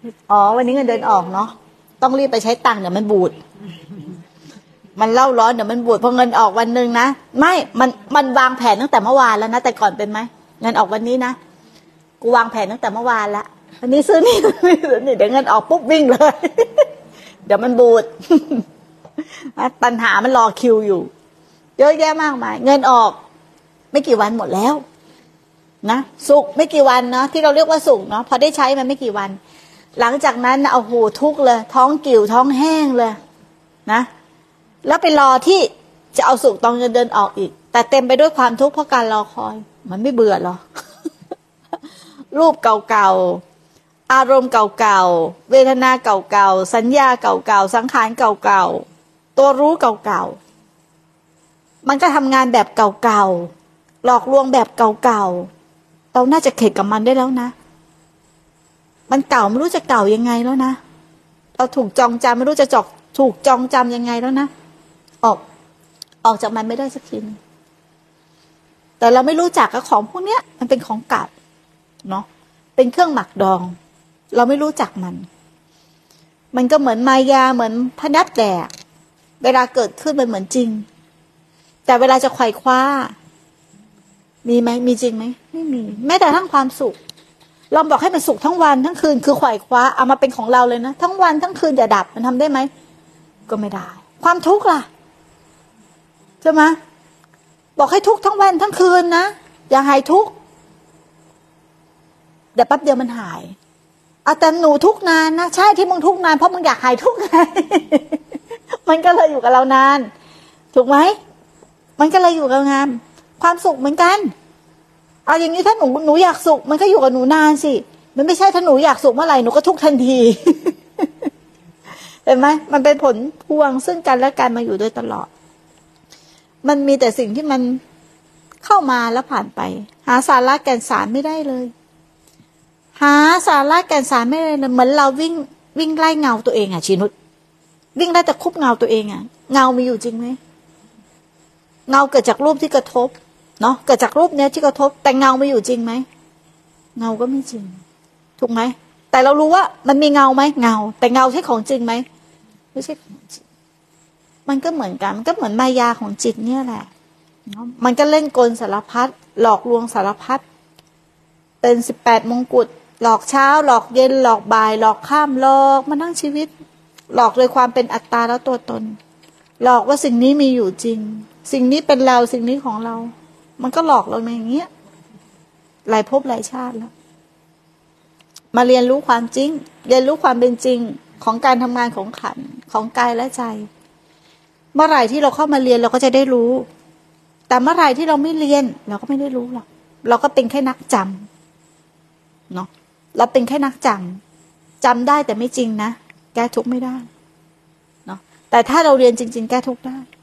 อ๋อวันนี้เงินเดือนออกเนาะต้องรีบไปใช้ตังค์เดี๋ยวมันบูดมันเล่าร้อนเดี๋ยวมันบูดพอเงินออกวันหนึ่งนะไม่มันวางแผนตั้งแต่เมื่อวานแล้วนะแต่ก่อนเป็นไหมเงินออกวันนี้นะกูวางแผนตั้งแต่เมื่อวานละวันนี้ซื้อนี่ซื้อนี่เดี๋ยวเงินออกปุ๊บวิ่งเลยเดี๋ยวมันบูดปัญหามันรอคิวอยู่เยอะแยะมากมายเงินออกไม่กี่วันหมดแล้วนะสุกไม่กี่วันเนาะที่เราเรียกว่าสุกเนาะพอได้ใช้มันไม่กี่วันหลังจากนั้นเอาโหทุกเลยท้องกิ่วท้องแห้งเลยนะแล้วไปรอที่จะเอาสุกตอนเงินเดือนออกอีกแต่เต็มไปด้วยความทุกข์เพราะการรอคอยมันไม่เบื่อหรอ รูปเก่าๆอารมณ์เก่าๆเวทนาเก่าๆสัญญาเก่าๆสังขารเก่าๆตัวรู้เก่าๆมันก็ทำงานแบบเก่าๆหลอกลวงแบบเก่าๆเราน่าจะเข็ดกับมันได้แล้วนะมันเก่าไม่รู้จะเก่ายังไงแล้วนะเราถูกจองจำไม่รู้จะถูกจองจำยังไงแล้วนะออกจากมันไม่ได้สักทีแต่เราไม่รู้จักกับของพวกเนี้ยมันเป็นของเก่าเนาะเป็นเครื่องหมักดองเราไม่รู้จักมันก็เหมือนมายาเหมือนพนับแดกเวลาเกิดขึ้นมันเหมือนจริงแต่เวลาจะไขว่คว้ามีไหมมีจริงไหมไม่มีแม้แต่ทั้งความสุขลองบอกให้มันสุขทั้งวันทั้งคืนคือไขว่คว้าเอามาเป็นของเราเลยนะทั้งวันทั้งคืนอย่าดับมันทำได้ไหมก็ไม่ได้ความทุกข์ล่ะใช่ไหมบอกให้ทุกข์ทั้งวันทั้งคืนนะอย่าหายทุกข์เดี๋ยวแป๊บเดียวมันหายเอาแต่หนูทุกข์นานนะใช่ที่มึงทุกข์นานเพราะมึงอยากหายทุกข์ไง มันก็เลยอยู่กับเรานานถูกไหมมันก็เลยอยู่กับงานความสุขเหมือนกันเอาอย่างนี้ถ้าหนูอยากสุขมันก็อยู่กับหนูนานสิมันไม่ใช่ถ้าหนูอยากสุขเมื่อไหร่หนูก็ทุกข์ทันที เห็นไหมมันเป็นผลพวงซึ่งกันและกันมาอยู่โดยตลอดมันมีแต่สิ่งที่มันเข้ามาแล้วผ่านไปหาสาระแก่นสารไม่ได้เลยหาสาระแก่นสารไม่ได้เลยเหมือนเราวิ่งไล่เงาตัวเองอ่ะชีนุชวิ่งได้แต่คุบเงาตัวเองอ่ะเงามีอยู่จริงไหมเงาเกิดจากรูปที่กระทบเนาะเกิดจากรูปเนี้ยที่กระทบแต่เงาไม่อยู่จริงไหมเงาก็ไม่จริงถูกไหมแต่เรารู้ว่ามันมีเงาไหมเงาแต่เงาใช่ของจริงไหมไม่ใช่ของจริงมันก็เหมือนกันมันก็เหมือนมายาของจิตเนี่ยแหละมันก็เล่นกลสารพัดหลอกลวงสารพัดเป็น18มงกุฎหลอกเช้าหลอกเย็นหลอกบ่ายหลอกค่ำหลอกมาทั้งชีวิตหลอกโดยความเป็นอัตตาและตัวตนหลอกว่าสิ่งนี้มีอยู่จริงสิ่งนี้เป็นเราสิ่งนี้ของเรามันก็หลอกเรามาอย่างเงี้ยหลายภพหลายชาติแล้วมาเรียนรู้ความจริงเรียนรู้ความเป็นจริงของการทำงานของขันธ์ของกายและใจเมื่อไหร่ที่เราเข้ามาเรียนเราก็จะได้รู้แต่เมื่อไหร่ที่เราไม่เรียนเราก็ไม่ได้รู้หรอกเราก็เป็นแค่นักจำเนาะเราเป็นแค่นักจำได้แต่ไม่จริงนะแก้ทุกข์ไม่ได้เนาะแต่ถ้าเราเรียนจริงๆแก้ทุกข์ได้